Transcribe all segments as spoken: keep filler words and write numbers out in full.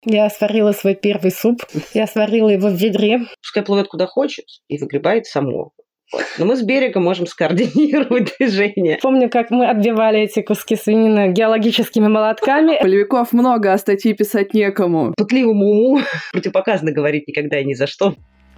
Я сварила свой первый суп. Я сварила его в ведре. Пускай плывет куда хочет и выгребает само. Вот. Но мы с берега можем скоординировать движение. Помню, как мы отбивали эти куски свинины геологическими молотками. Полевиков много, а статьи писать некому. Пытливому уму противопоказано говорить никогда и ни за что.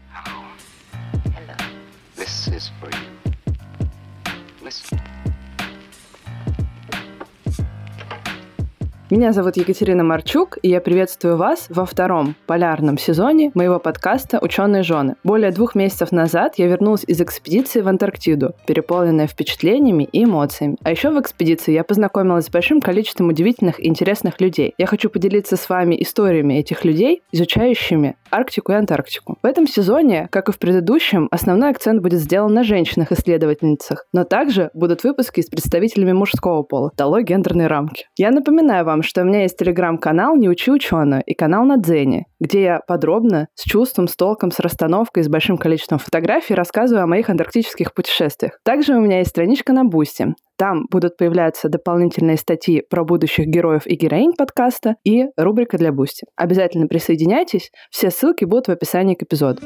Меня зовут Екатерина Марчук, и я приветствую вас во втором полярном сезоне моего подкаста «Ученые жены». Более двух месяцев назад я вернулась из экспедиции в Антарктиду, переполненная впечатлениями и эмоциями. А еще в экспедиции я познакомилась с большим количеством удивительных и интересных людей. Я хочу поделиться с вами историями этих людей, изучающими Арктику и Антарктику. В этом сезоне, как и в предыдущем, основной акцент будет сделан на женщинах-исследовательницах, но также будут выпуски с представителями мужского пола, дало гендерные рамки. Я напоминаю вам, что у меня есть телеграм-канал «Не учи ученую» и канал на Дзене, где я подробно, с чувством, с толком, с расстановкой, с большим количеством фотографий рассказываю о моих антарктических путешествиях. Также у меня есть страничка на Бусти. Там будут появляться дополнительные статьи про будущих героев и героинь подкаста и рубрика для Бусти. Обязательно присоединяйтесь, все ссылки будут в описании к эпизоду.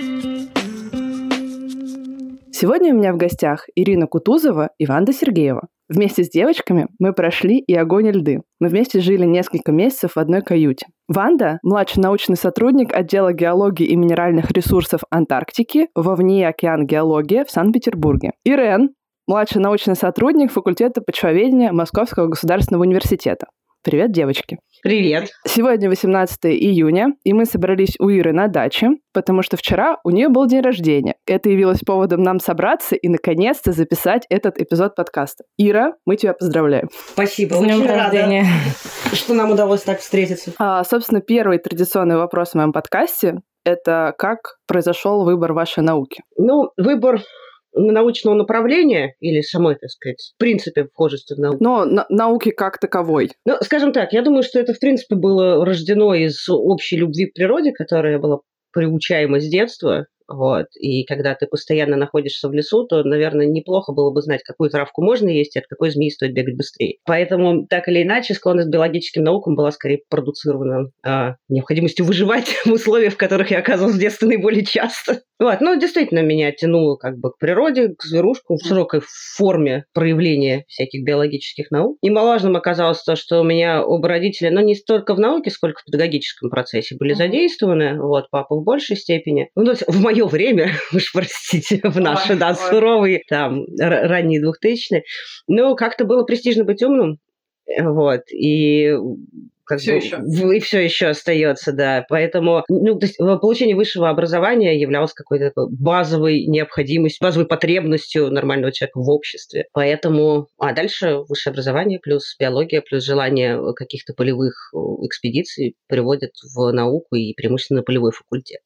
Сегодня у меня в гостях Ирина Кутузова и Ванда Сергеева. Вместе с девочками мы прошли и огонь, и льды. Мы вместе жили несколько месяцев в одной каюте. Ванда – младший научный сотрудник отдела геологии и минеральных ресурсов Антарктики во ВНИИ «Океан Геология» в Санкт-Петербурге. Ирен – младший научный сотрудник факультета почвоведения Московского государственного университета. Привет, девочки. Привет. Сегодня восемнадцатое июня, и мы собрались у Иры на даче, потому что вчера у нее был день рождения. Это явилось поводом нам собраться и, наконец-то, записать этот эпизод подкаста. Ира, мы тебя поздравляем. Спасибо. С днем рождения. Рада, что нам удалось так встретиться. А, собственно, первый традиционный вопрос в моем подкасте – это как произошел выбор вашей науки? Ну, выбор научного направления или самой, так сказать, в принципе, вхожести в науку? Но на- науки как таковой. Ну, скажем так, я думаю, что это, в принципе, было рождено из общей любви к природе, которая была приучаема с детства. Вот. И когда ты постоянно находишься в лесу, то, наверное, неплохо было бы знать, какую травку можно есть и от какой змеи стоит бегать быстрее. Поэтому, так или иначе, склонность к биологическим наукам была скорее продуцирована а, необходимостью выживать в условиях, в которых я оказывалась в детстве наиболее часто. Вот. Но действительно меня тянуло как бы к природе, к зверушкам, в широкой форме проявления всяких биологических наук. Немаловажным оказалось то, что у меня оба родителя, но не столько в науке, сколько в педагогическом процессе были задействованы. Вот, папа в большей степени. Ну, в мое время, уж простите, в наши, ой, да, ой. суровые, там, ранние двухтысячные. Но как-то было престижно быть умным. Вот. И как все бы, еще. И все еще остается, да. Поэтому ну, то есть, получение высшего образования являлось какой-то такой базовой необходимостью, базовой потребностью нормального человека в обществе. Поэтому, а дальше высшее образование плюс биология, плюс желание каких-то полевых экспедиций приводят в науку и преимущественно полевой факультет.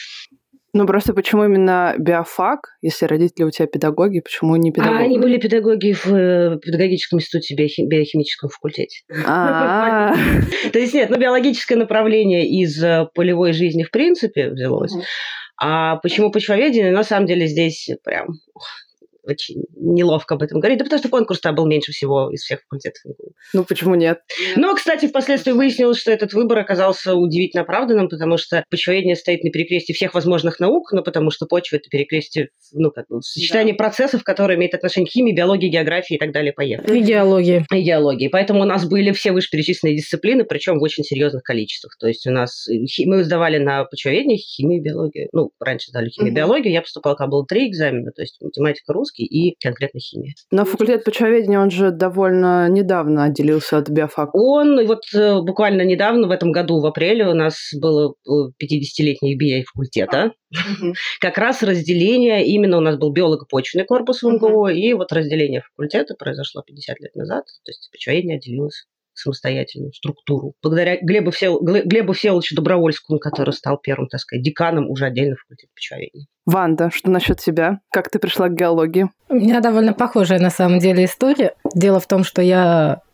Ну, просто почему именно биофак, если родители у тебя педагоги, почему не педагоги? А они были педагоги в педагогическом институте биохи- биохимическом факультете. То есть нет, ну, биологическое направление из полевой жизни в принципе взялось. А почему почвоведение? На самом деле здесь прям очень неловко об этом говорить. Да потому что конкурс-то был меньше всего из всех факультетов. Ну, почему нет? Но, кстати, впоследствии выяснилось, что этот выбор оказался удивительно оправданным, потому что почвоведение стоит на перекрестии всех возможных наук, ну, потому что почва – это перекрестие, ну, как бы, сочетание да. процессов, которые имеют отношение к химии, биологии, географии и так далее, поехали. И геологии. И геологии. Поэтому у нас были все вышеперечисленные дисциплины, причем в очень серьезных количествах. То есть у нас мы сдавали на почвоведение химию, биологию. Ну, раньше сдали химию, угу. биологию. Я поступала, когда было три экзамена, то есть математика, русский и конкретно химия. Но факультет почвоведения, он же довольно недавно отделился от биофака. Он вот буквально недавно, в этом году, в апреле, у нас было пятидесятилетний юбилей факультета. Uh-huh. Как раз разделение, именно у нас был биолого-почвенный корпус в МГУ, uh-huh. и вот разделение факультета произошло пятьдесят лет назад, то есть почвоведение отделилось самостоятельную структуру. Благодаря Глебу, Всевол... Глебу Всеволодовичу Добровольскому, который стал первым, так сказать, деканом уже отдельно факультета почвоведения. Ванда, что насчет тебя? Как ты пришла к геологии? У меня довольно похожая на самом деле история. Дело в том, что я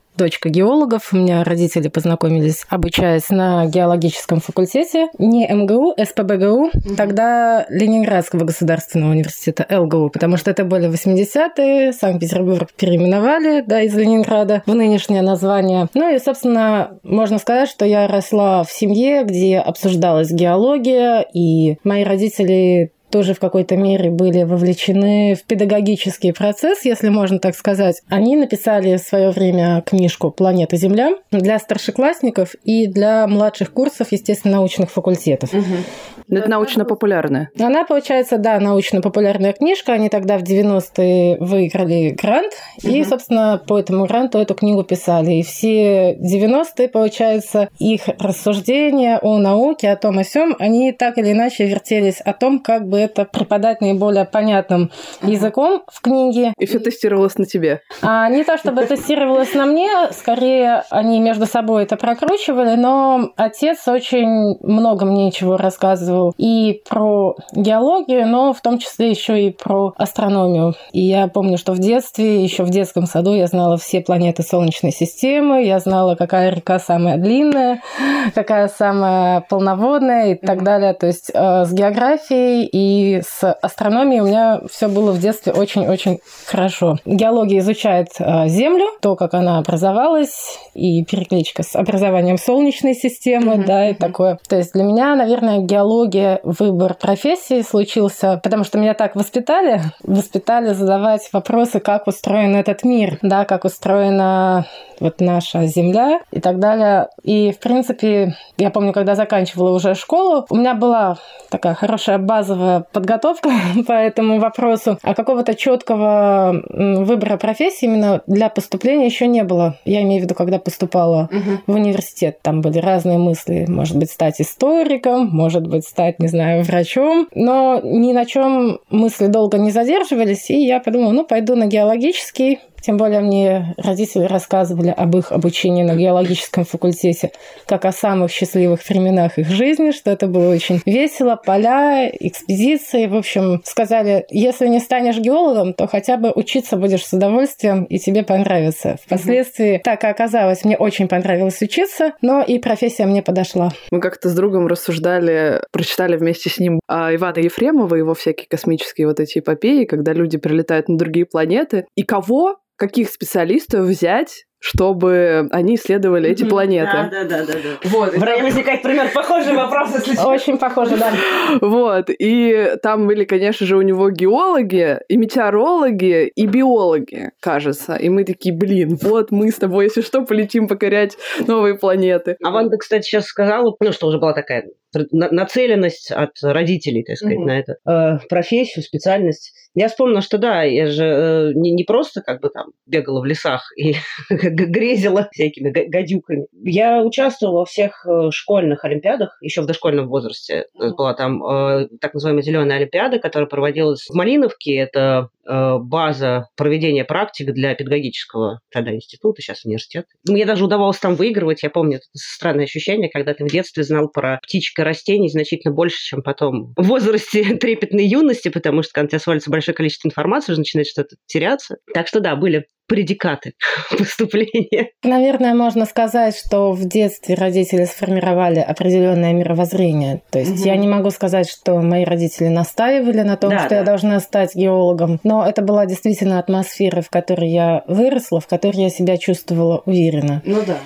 дочка геологов. У меня родители познакомились, обучаясь на геологическом факультете. Не эм гэ у, эс пэ бэ гэ у, mm-hmm. тогда Ленинградского государственного университета, эл гэ у, потому что это были восьмидесятые, Санкт-Петербург переименовали, да, из Ленинграда в нынешнее название. Ну и, собственно, можно сказать, что я росла в семье, где обсуждалась геология, и мои родители тоже в какой-то мере были вовлечены в педагогический процесс, если можно так сказать. Они написали в свое время книжку «Планета Земля» для старшеклассников и для младших курсов естественно-научных факультетов. Угу. Это научно-популярная. Она, получается, да, научно-популярная книжка. Они тогда в девяностые выиграли грант, угу. и, собственно, по этому гранту эту книгу писали. И все девяностые, получается, их рассуждения о науке, о том о сём, они так или иначе вертелись о том, как бы это преподать наиболее понятным языком в книге. И все тестировалось на тебе? А, не то, чтобы тестировалось на мне, скорее они между собой это прокручивали, но отец очень много мне чего рассказывал и про геологию, но в том числе еще и про астрономию. И я помню, что в детстве, еще в детском саду я знала все планеты Солнечной системы, я знала, какая река самая длинная, какая самая полноводная и так далее. То есть э, с географией и И с астрономией у меня все было в детстве очень-очень хорошо. Геология изучает Землю, то, как она образовалась, и перекличка с образованием Солнечной системы, mm-hmm. да, и такое. То есть для меня, наверное, геология, выбор профессии случился, потому что меня так воспитали, воспитали задавать вопросы, как устроен этот мир, да, как устроена вот наша Земля и так далее. И, в принципе, я помню, когда заканчивала уже школу, у меня была такая хорошая базовая подготовка по этому вопросу, а какого-то четкого выбора профессии именно для поступления еще не было. Я имею в виду, когда поступала uh-huh. в университет, там были разные мысли. Может быть, стать историком, может быть, стать, не знаю, врачом. Но ни на чем мысли долго не задерживались, и я подумала, ну, пойду на геологический. Тем более мне родители рассказывали об их обучении на геологическом факультете как о самых счастливых временах их жизни, что это было очень весело, поля, экспедиции. В общем, сказали, если не станешь геологом, то хотя бы учиться будешь с удовольствием, и тебе понравится. Впоследствии, mm-hmm. так и оказалось, мне очень понравилось учиться, но и профессия мне подошла. Мы как-то с другом рассуждали, прочитали вместе с ним а, Ивана Ефремова, его всякие космические вот эти эпопеи, когда люди прилетают на другие планеты. И кого, каких специалистов взять, чтобы они исследовали эти планеты. Да, да, да, да. да. Вот, в районе возникает примерно похожий вопрос, если честно. Очень похоже, да. Вот, и там были, конечно же, у него геологи, и метеорологи, и биологи, кажется. И мы такие, блин, вот мы с тобой, если что, полетим покорять новые планеты. А Ванда, кстати, сейчас сказала, ну, что уже была такая нацеленность от родителей, так сказать, mm-hmm. на эту э, профессию, специальность. Я вспомнила, что да, я же э, не, не просто как бы там бегала в лесах и грезила всякими гадюками. Я участвовала во всех школьных олимпиадах, еще в дошкольном возрасте. У нас была там э, так называемая зеленая олимпиада, которая проводилась в Малиновке. Это э, база проведения практик для педагогического тогда института, сейчас университет. Мне даже удавалось там выигрывать. Я помню, это странное ощущение, когда ты в детстве знал про птичек и растений значительно больше, чем потом в возрасте трепетной юности, потому что когда у тебя свалится большое количество информации, уже начинает что-то теряться. Так что да, были предикаты поступления. Наверное, можно сказать, что в детстве родители сформировали определенное мировоззрение. То есть mm-hmm. я не могу сказать, что мои родители настаивали на том, да, что да. я должна стать геологом, но это была действительно атмосфера, в которой я выросла, в которой я себя чувствовала уверенно. Ну да.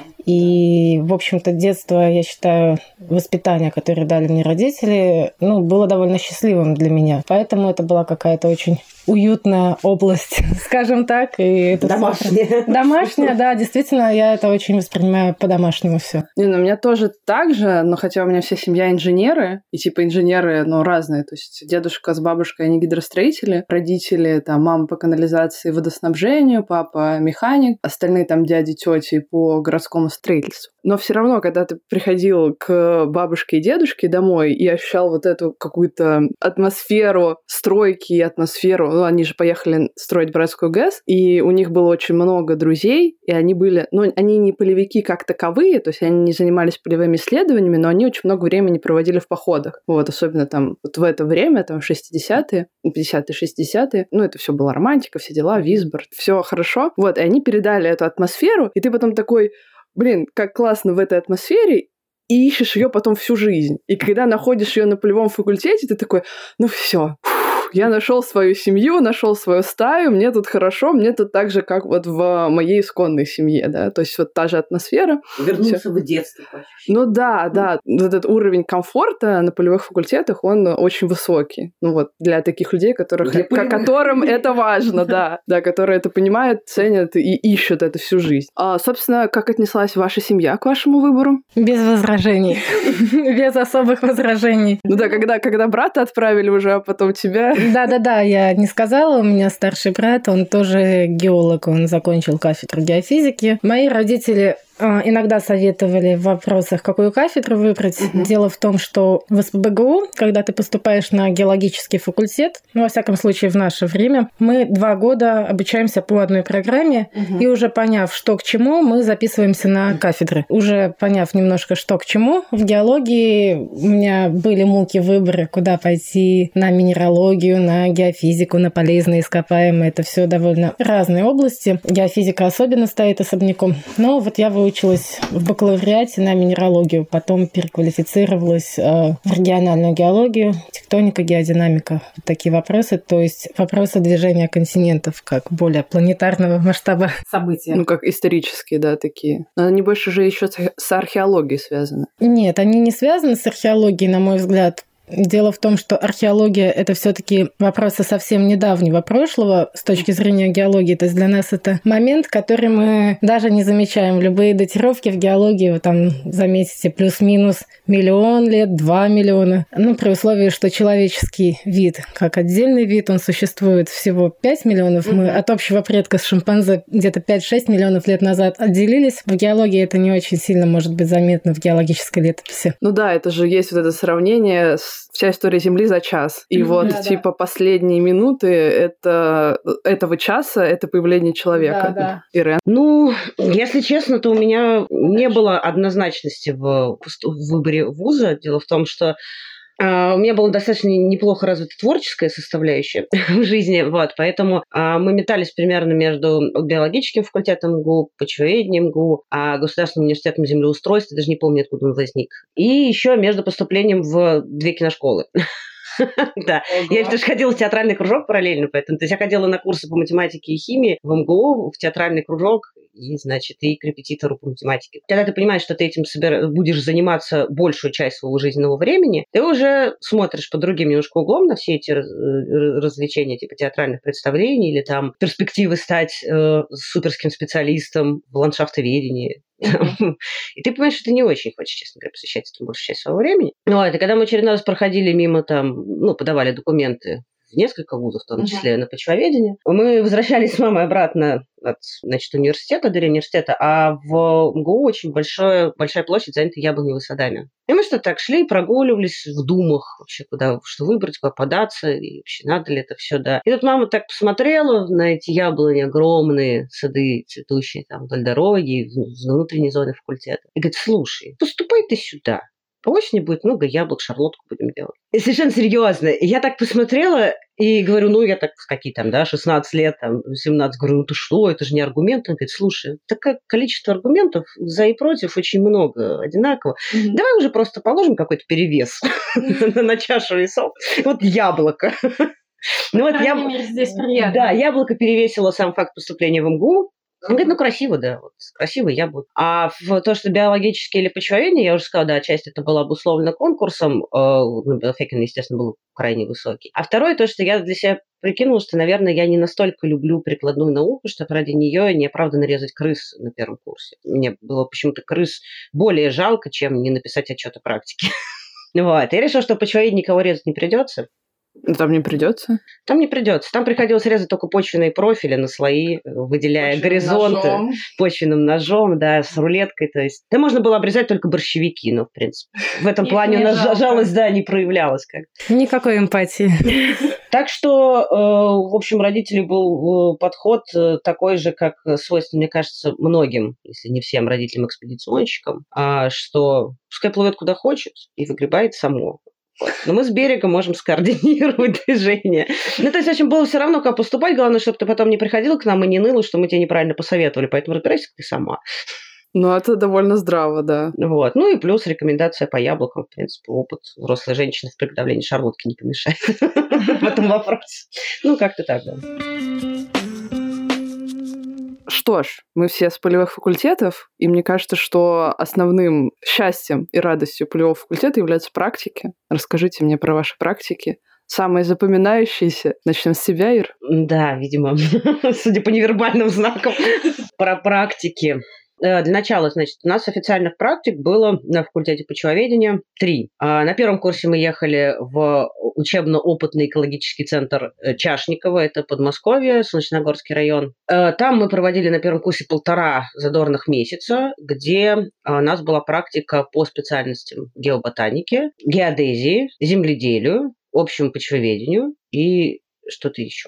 И, в общем-то, детство, я считаю, воспитание, которое дали мне родители, ну, было довольно счастливым для меня. Поэтому это была какая-то очень уютная область, скажем так. И это домашняя. Домашняя, да, действительно, я это очень воспринимаю по-домашнему все. Не, ну, у меня тоже так же, но хотя у меня вся семья инженеры, и типа инженеры, ну, разные. То есть дедушка с бабушкой, они гидростроители, родители, там, мама по канализации и водоснабжению, папа механик, остальные там дяди, тети по городскому строительству. Но все равно, когда ты приходил к бабушке и дедушке домой и ощущал вот эту какую-то атмосферу стройки, атмосферу... Ну, они же поехали строить Братскую ГЭС, и у них было очень много друзей, и они были... Ну, они не полевики как таковые, то есть они не занимались полевыми исследованиями, но они очень много времени проводили в походах. Вот, особенно там вот в это время, там, шестидесятые, пятидесятые, шестидесятые, ну, это все была романтика, все дела, Висбор, все хорошо. Вот, и они передали эту атмосферу, и ты потом такой, блин, как классно в этой атмосфере, и ищешь ее потом всю жизнь. И когда находишь ее на полевом факультете, ты такой, ну все, я нашел свою семью, нашел свою стаю, мне тут хорошо, мне тут так же, как вот в моей исконной семье, да, то есть вот та же атмосфера. Вернулся всё. в детство. Ну да, да, вот этот уровень комфорта на полевых факультетах, он очень высокий. Ну вот, для таких людей, которых, Для ко- полевых. которым это важно, да, да, которые это понимают, ценят и ищут это всю жизнь. А, собственно, как отнеслась ваша семья к вашему выбору? Без возражений. Без особых возражений. Ну да, когда, когда брата отправили уже, а потом тебя... Да-да-да, я не сказала, у меня старший брат, он тоже геолог, он закончил кафедру геофизики. Мои родители а, иногда советовали в вопросах, какую кафедру выбрать. Mm-hmm. Дело в том, что в СПбГУ, когда ты поступаешь на геологический факультет, ну, во всяком случае, в наше время, мы два года обучаемся по одной программе, mm-hmm. и уже поняв, что к чему, мы записываемся на кафедры. Уже поняв немножко, что к чему, в геологии у меня были муки выбора, куда пойти, на минералогию, на геофизику, на полезные ископаемые. Это все довольно разные области. Геофизика особенно стоит особняком. Но вот я выучилась в бакалавриате на минералогию, потом переквалифицировалась в региональную геологию, тектоника, геодинамика. Вот такие вопросы. То есть вопросы движения континентов как более планетарного масштаба события. Ну, как исторические, да, такие. Но они больше же еще с археологией связаны. Нет, они не связаны с археологией, на мой взгляд. Дело в том, что археология – это все-таки вопросы совсем недавнего прошлого с точки зрения геологии. То есть для нас это момент, который мы даже не замечаем. Любые датировки в геологии, вы там заметите плюс-минус миллион лет, два миллиона. Ну, при условии, что человеческий вид, как отдельный вид, он существует всего пять миллионов. Мы от общего предка с шимпанзе где-то пять-шесть миллионов лет назад отделились. В геологии это не очень сильно может быть заметно в геологической летописи. Ну да, это же есть вот это сравнение с вся история Земли за час. И mm-hmm, вот, да, типа, да. Последние минуты это, этого часа — это появление человека. Да, да. Ирен? Ну, если честно, то у меня не было однозначности в, в выборе вуза. Дело в том, что Uh, у меня была достаточно неплохо развита творческая составляющая в жизни, вот, поэтому uh, мы метались примерно между биологическим факультетом МГУ, почвоведением МГУ, а Государственным университетом землеустройства, даже не помню, откуда он возник, и еще между поступлением в две киношколы. Да, я тоже ходила в театральный кружок параллельно, поэтому то есть я ходила на курсы по математике и химии в МГУ, в театральный кружок, и, значит, и к репетитору по математике. Когда ты понимаешь, что ты этим собер... будешь заниматься большую часть своего жизненного времени, ты уже смотришь под другим немножко углом на все эти развлечения, типа театральных представлений или там перспективы стать э, суперским специалистом в ландшафтоведении. Mm-hmm. И ты понимаешь, что ты не очень хочешь, честно говоря, посвящать этому большую часть своего времени. Вот, и когда мы очередной раз проходили мимо там, ну, подавали документы в несколько вузов, в том числе uh-huh. на почвоведение, мы возвращались с мамой обратно от, значит, университета, до университета, а в МГУ очень большое, большая площадь занята яблоневыми садами. И мы что так шли, прогуливались в думах вообще, куда, что выбрать, куда податься, и вообще надо ли это все, да. И тут мама так посмотрела на эти яблони, огромные сады, цветущие там вдоль дороги, в внутренней зоне факультета. И говорит, слушай, поступай ты сюда. По осени будет много яблок, шарлотку будем делать. И совершенно серьезно. И я так посмотрела и говорю, ну, я так, какие там, да, шестнадцать лет, там, семнадцать, говорю, ну, ты что, это же не аргумент. Он говорит, слушай, такое количество аргументов за и против очень много, одинаково. Mm-hmm. Давай уже просто положим какой-то перевес на чашу весов. Вот яблоко. Ну, вот яблоко... Да, яблоко перевесило сам факт поступления в МГУ. Он говорит, ну, красиво, да, вот, красиво яблоко. А в то, что биологические или почвоведение, я уже сказала, да, часть это была обусловлена конкурсом, э, ну, биофекин, естественно, был крайне высокий. А второе, то, что я для себя прикинула, что, наверное, я не настолько люблю прикладную науку, что ради нее неоправданно резать крыс на первом курсе. Мне было почему-то крыс более жалко, чем не написать отчет о практике. Вот. Я решила, что почвоведение никого резать не придется. Там не придется? Там не придется. Там приходилось резать только почвенные профили на слои, выделяя почвенным горизонты ножом. почвенным ножом, да, с рулеткой. То есть, да, можно было обрезать только борщевики, но, в принципе, в этом плане у нас жалость, да, не проявлялась. Как. Никакой эмпатии. Так что, в общем, родителей был подход такой же, как свойственно, мне кажется, многим, если не всем родителям-экспедиционщикам, что пускай плывет куда хочет и выгребает само. Вот. Но мы с берега можем скоординировать движение. Ну, то есть, в общем, было все равно, как поступать. Главное, чтобы ты потом не приходила к нам и не ныла, что мы тебе неправильно посоветовали. Поэтому разбирайся ты сама. Ну, это довольно здраво, да. Вот. Ну и плюс рекомендация по яблокам. В принципе, опыт взрослой женщины в приготовлении шарлотки не помешает в этом вопросе. Ну, как-то так, да. Что ж, мы все с полевых факультетов, и мне кажется, что основным счастьем и радостью полевого факультета являются практики. Расскажите мне про ваши практики. Самые запоминающиеся. Начнем с себя, Ир. Да, видимо, судя по невербальным знакам, про практики. Для начала, значит, у нас официальных практик было на факультете почвоведения три. На первом курсе мы ехали в учебно-опытный экологический центр Чашниково, это Подмосковье, Солнечногорский район. Там мы проводили на первом курсе полтора задорных месяца, где у нас была практика по специальностям геоботаники, геодезии, земледелию, общему почвоведению и что-то еще.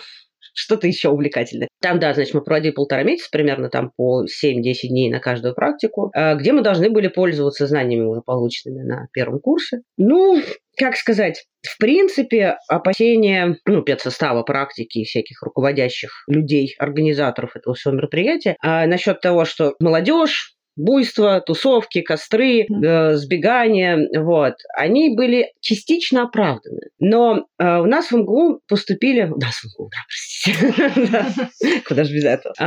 Что-то еще увлекательное. Там, да, значит, мы проводили полтора месяца, примерно там по семь-десять дней на каждую практику, где мы должны были пользоваться знаниями, уже полученными на первом курсе. Ну, как сказать, в принципе, опасения, ну, педсостава, практики и всяких руководящих людей, организаторов этого всего мероприятия, а насчет того, что молодежь, буйства, тусовки, костры, э, сбегания, вот, они были частично оправданы. Но э, у нас в МГУ поступили... У нас в МГУ, да, простите. Куда же без этого?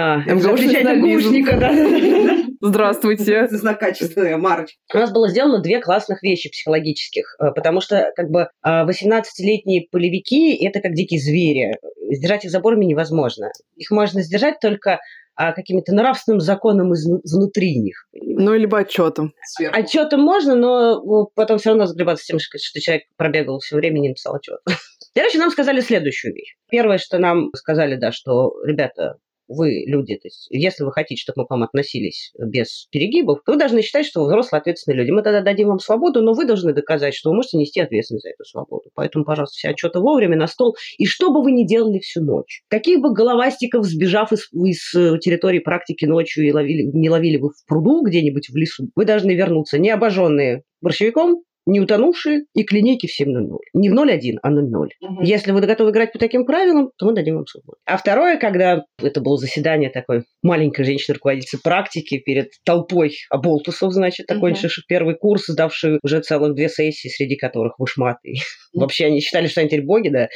МГУшника, да. Здравствуйте. Знакачественная марочка. У нас было сделано две классных вещи психологических, потому что как бы восемнадцатилетние полевики – это как дикие звери. Сдержать их заборами невозможно. Их можно сдержать только а какими-то нравственным законом изнутри них. Ну, либо отчетом. Отчетом можно, но потом все равно сгребаться с тем, что человек пробегал все время и не написал отчет. Короче, нам сказали следующую вещь. Первое, что нам сказали, да, что, ребята, вы люди, то есть, если вы хотите, чтобы мы к вам относились без перегибов, то вы должны считать, что вы взрослые, ответственные люди. Мы тогда дадим вам свободу, но вы должны доказать, что вы можете нести ответственность за эту свободу. Поэтому, пожалуйста, все отчеты вовремя на стол. И что бы вы ни делали всю ночь, каких бы головастиков, сбежав из, из территории практики ночью и ловили, не ловили вы в пруду где-нибудь в лесу, вы должны вернуться не обожженные борщевиком, не утонувшие и к линейке в семь ноль ноль. Не в ноль один, а ноль ноль. Угу. Если вы готовы играть по таким правилам, то мы дадим вам свободу. А второе, когда это было заседание такой маленькой женщины-руководительницы практики перед толпой оболтусов, значит, окончивших угу. первый курс, сдавшие уже целых две сессии, среди которых вышмат. И угу. вообще они считали, что они теперь боги, да.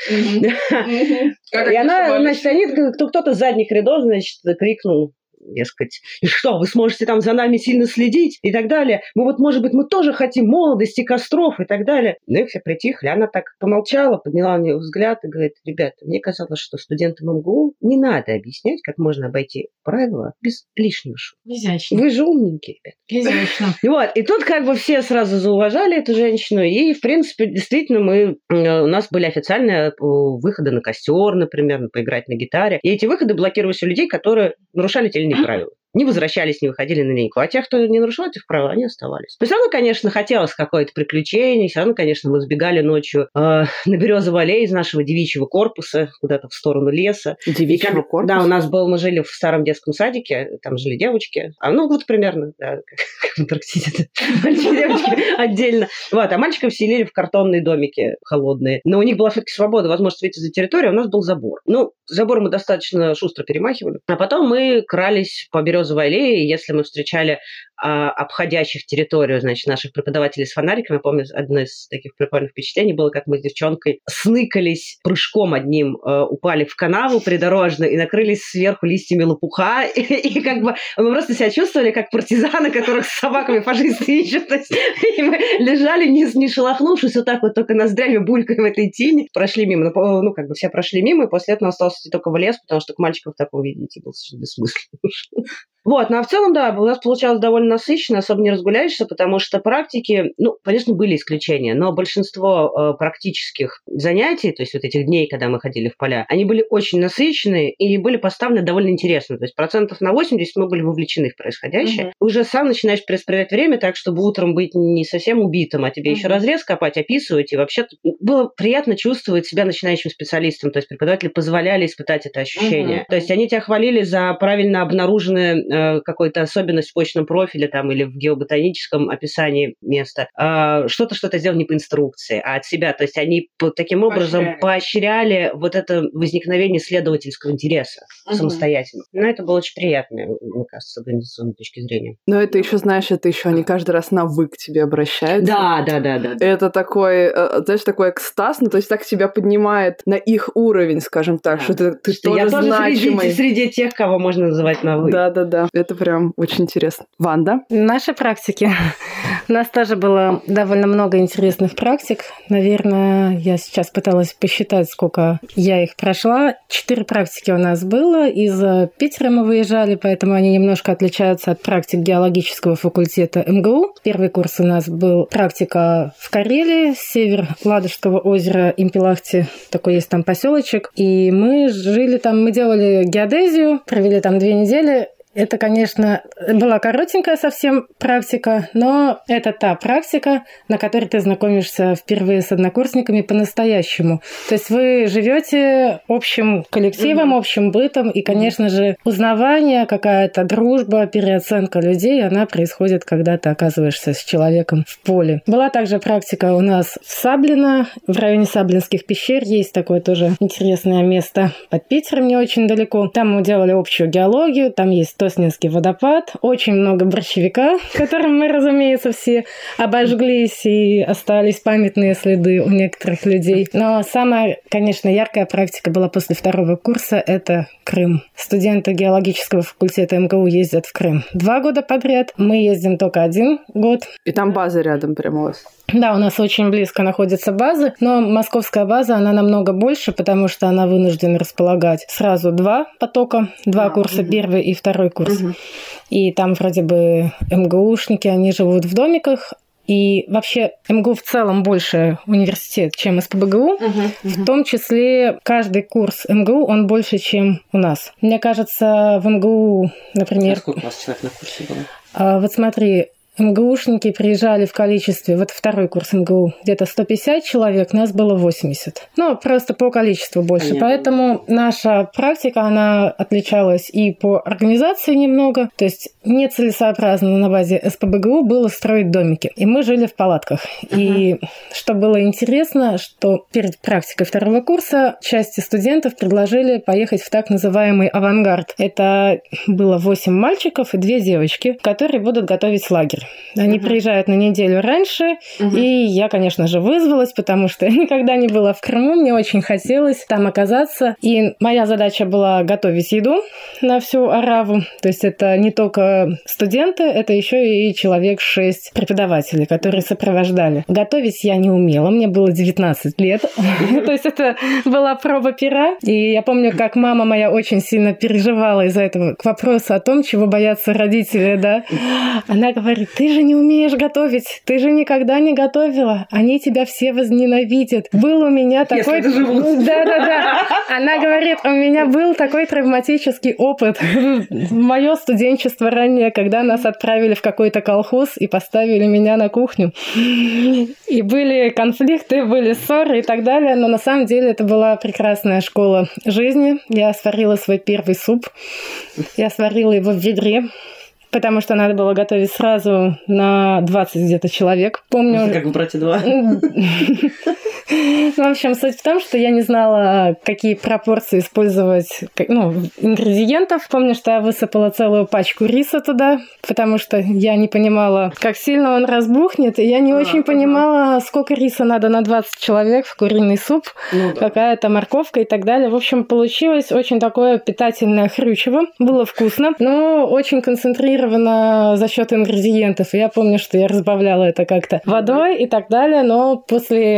И она, значит, они, кто-то с задних рядов, значит, крикнул, дескать, и что, вы сможете там за нами сильно следить и так далее. Мы вот, может быть, мы тоже хотим молодости, костров и так далее. Ну и все притихли. Она так помолчала, подняла на нее взгляд и говорит, ребята, мне казалось, что студентам МГУ не надо объяснять, как можно обойти правила без лишнего шума. Изящно. Вы же умненькие, ребята. Изящно. Вот. И тут как бы все сразу зауважали эту женщину. И, в принципе, действительно, мы, у нас были официальные выходы на костер, например, поиграть на гитаре. И эти выходы блокировались у людей, которые нарушали те или иные правила. Не возвращались, не выходили на линейку. А те, кто не нарушал этих правил, они оставались. Но все равно, конечно, хотелось какое-то приключение. Все равно, конечно, мы сбегали ночью э, на Березовый аллей из нашего девичьего корпуса куда-то в сторону леса. Девичьего как, корпуса? Да, у нас был, мы жили в старом детском садике, там жили девочки. А, ну, вот примерно, да, как, как в Антарктиде. Мальчики и девочки отдельно. Вот, а мальчиков селили в картонные домики холодные. Но у них была все-таки свобода, возможность выйти за территорию, а у нас был забор. Ну, забор мы достаточно шустро перемахивали. А потом мы крались по Березовой аллее, если мы встречали а, обходящих территорию, значит, наших преподавателей с фонариками. Я помню, одно из таких прикольных впечатлений было, как мы с девчонкой сныкались прыжком одним, э, упали в канаву придорожную и накрылись сверху листьями лопуха. И, и как бы мы просто себя чувствовали, как партизаны, которых с собаками фашисты ищут. И мы лежали, не, не шелохнувшись, вот так вот только ноздрями булькая в этой тени. Прошли мимо, ну, как бы все прошли мимо, и после этого осталось идти только в лес, потому что к мальчикам в таком виде идти было совершенно бессмысленно. Вот, ну а в целом, да, у нас получалось довольно насыщенно, особо не разгуляешься, потому что практики, ну, конечно, были исключения, но большинство э, практических занятий, то есть вот этих дней, когда мы ходили в поля, они были очень насыщенные и были поставлены довольно интересно. То есть процентов на восемьдесят мы были вовлечены в происходящее. Mm-hmm. Уже сам начинаешь перераспределять время так, чтобы утром быть не совсем убитым, а тебе mm-hmm. еще разрез копать, описывать. И вообще было приятно чувствовать себя начинающим специалистом. То есть преподаватели позволяли испытать это ощущение. Mm-hmm. То есть они тебя хвалили за правильно обнаруженное э, какую-то особенность в почном профиле там, или в геоботаническом описании места. Э, что-то, что-то сделал не по инструкции, а от себя. То есть они таким образом поощряли, поощряли вот это возникновение исследовательского интереса uh-huh. самостоятельно. Но это было очень приятно, мне кажется, с организационной точки зрения. Но это еще, знаешь, это еще они каждый раз на «вы» к тебе обращаются. Да, да, да, да. Это такой, знаешь, такой экстаз, ну, то есть так тебя поднимает на их уровень, скажем так, да. что ты, ты что тоже я тоже значимый. Среди, среди тех, кого можно называть на «вы». Да, да, да. Это прям очень интересно. Ванда? В нашей практике у нас тоже было довольно много интересных практик. Наверное, я сейчас пыталась посчитать, сколько я их прошла. Четыре практики у нас было. Из Питера мы выезжали, поэтому они немножко отличаются от практик геологического факультета эм гэ у. Первый курс у нас был практика в Карелии, север Ладожского озера Импелахти. Такой есть там поселочек. И мы жили там, мы делали геодезию, провели там две недели. Это, конечно, была коротенькая совсем практика, но это та практика, на которой ты знакомишься впервые с однокурсниками по-настоящему. То есть вы живете общим коллективом, общим бытом, и, конечно же, узнавание, какая-то дружба, переоценка людей, она происходит, когда ты оказываешься с человеком в поле. Была также практика у нас в Саблино, в районе Саблинских пещер. Есть такое тоже интересное место под Питером, не очень далеко. Там мы делали общую геологию, там есть Тоснинский водопад, очень много борщевика, которым мы, разумеется, все обожглись и остались памятные следы у некоторых людей. Но самая, конечно, яркая практика была после второго курса – это Крым. Студенты геологического факультета эм гэ у ездят в Крым два года подряд. Мы ездим только один год. И там база рядом прямо у вас? Да, у нас очень близко находятся базы, но московская база, она намного больше, потому что она вынуждена располагать сразу два потока, два а, курса, угу. первый и второй курс. Угу. И там вроде бы эм гэ ушники, они живут в домиках. И вообще эм гэ у в целом больше университет, чем эс пэ бэ гэ у. Uh-huh, uh-huh. В том числе каждый курс эм гэ у, он больше, чем у нас. Мне кажется, в эм гэ у, например... А сколько у вас человек на курсе было? А, вот смотри, эм гэ ушники приезжали в количестве, вот второй курс эм гэ у, где-то сто пятьдесят человек, нас было восемьдесят. Ну, просто по количеству больше. Понятно. Поэтому наша практика, она отличалась и по организации немного. То есть нецелесообразно на базе эс пэ бэ гэ у было строить домики. И мы жили в палатках. Uh-huh. И что было интересно, что перед практикой второго курса части студентов предложили поехать в так называемый авангард. Это было восемь мальчиков и две девочки, которые будут готовить лагерь. Они uh-huh. приезжают на неделю раньше, uh-huh. и я, конечно же, вызвалась, потому что я никогда не была в Крыму, мне очень хотелось там оказаться. И моя задача была готовить еду на всю араву. То есть это не только студенты, это еще и человек шесть преподавателей, которые сопровождали. Готовить я не умела, мне было девятнадцать лет. То есть это была проба пера. И я помню, как мама моя очень сильно переживала из-за этого к вопросу о том, чего боятся родители, да. Она говорит: ты же не умеешь готовить, ты же никогда не готовила, они тебя все возненавидят. Был у меня такой... Да-да-да. Она говорит, у меня был такой травматический опыт в мое студенчество раннее, когда нас отправили в какой-то колхоз и поставили меня на кухню. И были конфликты, были ссоры и так далее, но на самом деле это была прекрасная школа жизни. Я сварила свой первый суп, я сварила его в ведре, потому что надо было готовить сразу на двадцать где-то человек. Помню... Как в «Брате два». В общем, суть в том, что я не знала, какие пропорции использовать, ну, ингредиентов. Помню, что я высыпала целую пачку риса туда, потому что я не понимала, как сильно он разбухнет, и я не а, очень ага. понимала, сколько риса надо на двадцать человек в куриный суп, ну, да. какая-то морковка и так далее. В общем, получилось очень такое питательное хрючево. Было вкусно, но очень концентрировано за счет ингредиентов. И я помню, что я разбавляла это как-то водой и так далее, но после этого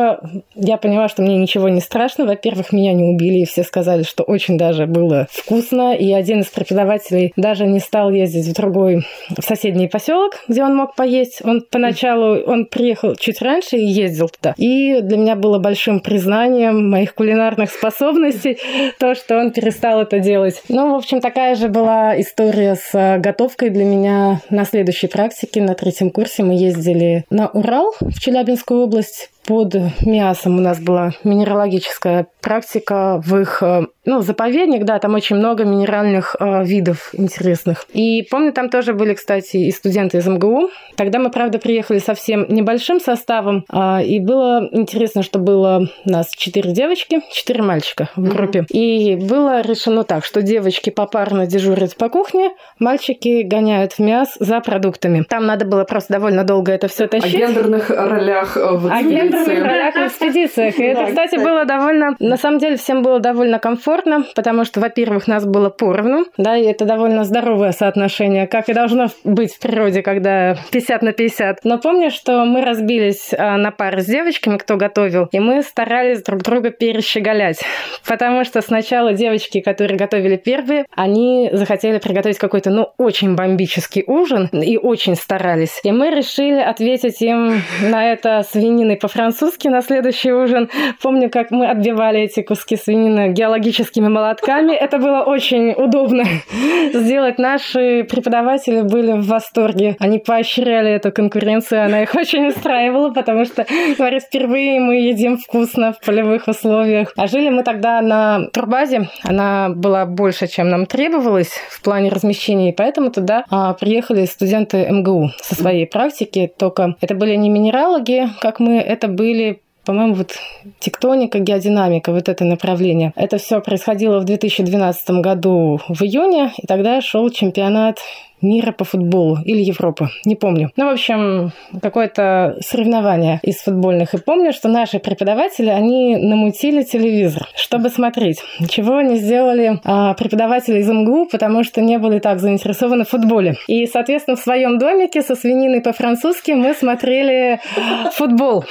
этого я поняла, что мне ничего не страшно. Во-первых, меня не убили, и все сказали, что очень даже было вкусно. И один из преподавателей даже не стал ездить в другой, в соседний поселок, где он мог поесть. Он поначалу, он приехал чуть раньше и ездил туда. И для меня было большим признанием моих кулинарных способностей то, что он перестал это делать. Ну, в общем, такая же была история с готовкой для меня на следующей практике. На третьем курсе мы ездили на Урал, в Челябинскую область. Под Миасом у нас была минералогическая практика в их, ну, заповедник, да, там очень много минеральных э, видов интересных. И помню, там тоже были, кстати, и студенты из эм гэ у. Тогда мы, правда, приехали совсем небольшим составом, э, и было интересно, что было у нас четыре девочки, четыре мальчика в группе. Mm-hmm. И было решено так, что девочки попарно дежурят по кухне, мальчики гоняют в Миас за продуктами. Там надо было просто довольно долго это все тащить. О гендерных ролях в экспедиции. В ролях в экспедициях. И это, кстати, было довольно... На самом деле, всем было довольно комфортно, потому что, во-первых, нас было поровну, да, и это довольно здоровое соотношение, как и должно быть в природе, когда пятьдесят на пятьдесят. Но помню, что мы разбились на пары с девочками, кто готовил, и мы старались друг друга перещеголять, потому что сначала девочки, которые готовили первые, они захотели приготовить какой-то, ну, очень бомбический ужин, и очень старались. И мы решили ответить им на это свининой по-французски на следующий ужин. Помню, как мы отбивали эти куски свинины геологическими молотками. Это было очень удобно сделать. Наши преподаватели были в восторге. Они поощряли эту конкуренцию, она их очень устраивала, потому что, говорят, впервые мы едим вкусно в полевых условиях. А жили мы тогда на турбазе. Она была больше, чем нам требовалось в плане размещения, и поэтому туда а, приехали студенты эм гэ у со своей практики. Только это были не минералоги, как мы, это были, по-моему, вот тектоника, геодинамика, вот это направление. Это все происходило в две тысячи двенадцатом году в июне, и тогда шел чемпионат мира по футболу или Европы, не помню. Ну, в общем, какое-то соревнование из футбольных. И помню, что наши преподаватели, они намутили телевизор, чтобы смотреть. Чего не сделали а, преподаватели из эм гэ у, потому что не были так заинтересованы в футболе. И, соответственно, в своем домике со свининой по-французски мы смотрели футбол.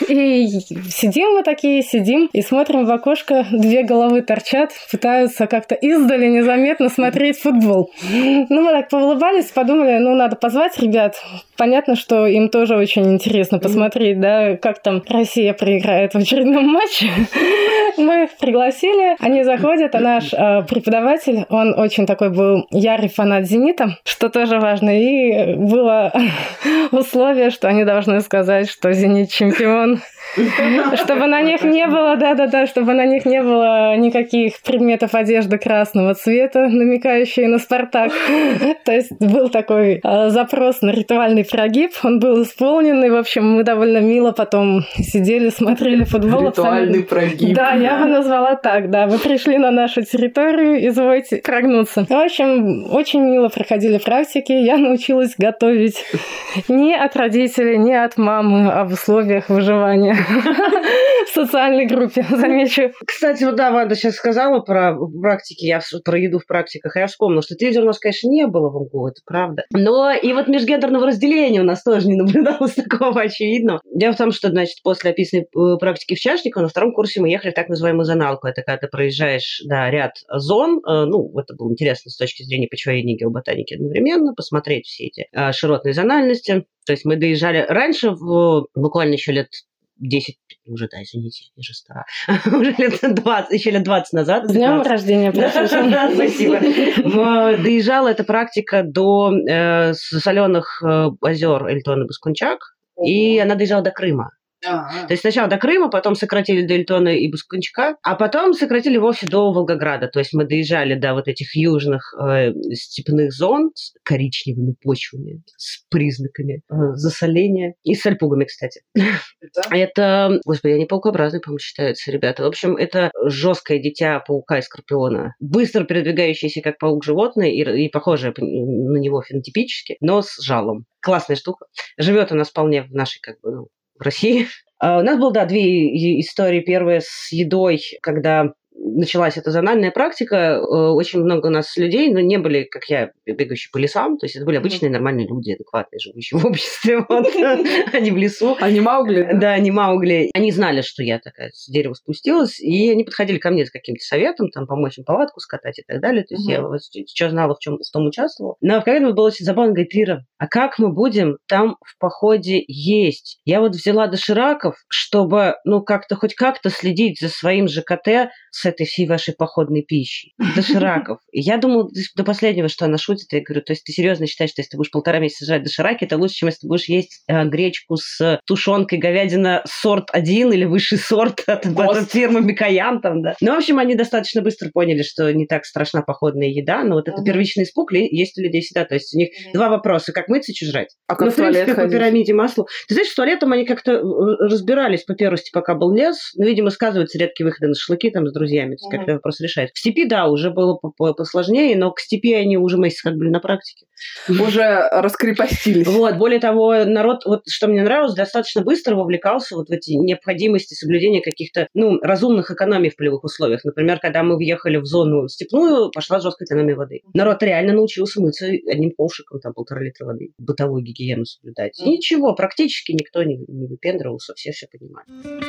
И сидим мы такие, сидим и смотрим в окошко, две головы торчат, пытаются как-то издали незаметно смотреть футбол. Ну, мы так поволновались, подумали, ну, надо позвать ребят. Понятно, что им тоже очень интересно посмотреть, да, как там Россия проиграет в очередном матче. Мы их пригласили, они заходят, а наш э, преподаватель, он очень такой был ярый фанат «Зенита», что тоже важно, и было условие, что они должны сказать, что «Зенит» чемпион. Чтобы на них не было, да-да-да, чтобы на них не было никаких предметов одежды красного цвета, намекающие на «Спартак». То есть был такой э, запрос на ритуальный прогиб, он был исполнен, и, в общем, мы довольно мило потом сидели, смотрели футбол. Ритуальный абсолютно... прогиб. Да, я бы назвала так, да. Вы пришли на нашу территорию, извольте прогнуться. В общем, очень мило проходили практики, я научилась готовить не от родителей, не от мамы, а в условиях выживания в социальной группе, замечу. Кстати, вот да, Ванда сейчас сказала про практики, я про еду в практиках, а я вспомнила, что телевизора у нас, конечно, не было в эм гэ у, это правда. Но и вот межгендерного разделения у нас тоже не наблюдалось такого, очевидно. Дело в том, что, значит, после описанной практики в Чашниково на втором курсе мы ехали в так называемую зоналку. Это когда ты проезжаешь, да, ряд зон. Ну, это было интересно с точки зрения почвоведения и геоботаники одновременно, посмотреть все эти широтные зональности. То есть мы доезжали раньше, в, буквально еще лет десять, уже, да, извините, я же стара, уже лет двадцать, еще лет двадцать назад. С днем рождения, прошу. Спасибо. Доезжала эта практика до соленых озер Эльтон и Баскунчак, и она доезжала до Крыма. А-а-а. То есть сначала до Крыма, потом сократили до Эльтона и Баскунчика, а потом сократили вовсе до Волгограда. То есть мы доезжали до вот этих южных э, степных зон с коричневыми почвами, с признаками э, засоления и с альпугами, кстати. Это? это, господи, они паукообразные, по-моему, считаются, ребята. В общем, это жесткое дитя паука и скорпиона, быстро передвигающееся как паук животное и, и похожее на него фенотипически, но с жалом. Классная штука. Живет она вполне в нашей, как бы, ну, в России. Uh, у нас было, да, две истории. Первая с едой, когда началась эта зональная практика, очень много у нас людей, но не были, как я, бегающие по лесам, то есть это были обычные нормальные люди, адекватные, живущие в обществе, они в лесу. Они Маугли? Да, они Маугли. Они знали, что я такая с дерева спустилась, и они подходили ко мне с каким-то советом, там, помочь им палатку скатать и так далее, то есть я что знала, в чем в том участвовала. Но в какой-то было очень забавно, говорит, Ира, а как мы будем там в походе есть? Я вот взяла дошираков, чтобы, ну, как-то хоть как-то следить за своим ЖКТ с этой всей вашей походной пищей. Дошираков. И я думала до последнего, что она шутит. Я говорю, то есть ты серьезно считаешь, что если ты будешь полтора месяца жрать дошираки, это лучше, чем если ты будешь есть э, гречку с тушенкой говядина сорт один или высший сорт от, от фирмы Микоян там, да. Ну, в общем, они достаточно быстро поняли, что не так страшна походная еда, но вот это uh-huh. первичный испуг есть у людей всегда. То есть у них uh-huh. два вопроса. Как мыться, что жрать? А как ну, в туалет по пирамиде масла. Ты знаешь, с туалетом они как-то разбирались по первости, пока был лес. Ну, видимо, сказываются редкие выходы на шашлыки там с друзьями. То есть uh-huh. как-то вопрос решает. В степи, да, уже было посложнее, но к степи они уже месяц как были на практике. Уже раскрепостились. Вот, более того, народ, вот что мне нравилось, достаточно быстро вовлекался вот в эти необходимости соблюдения каких-то, ну, разумных экономий в полевых условиях. Например, когда мы въехали в зону степную, пошла жесткая экономия воды. Народ реально научился мыться одним ковшиком, там, полтора литра воды, бытовую гигиену соблюдать. Mm. Ничего, практически никто не, не выпендривался, все все понимают.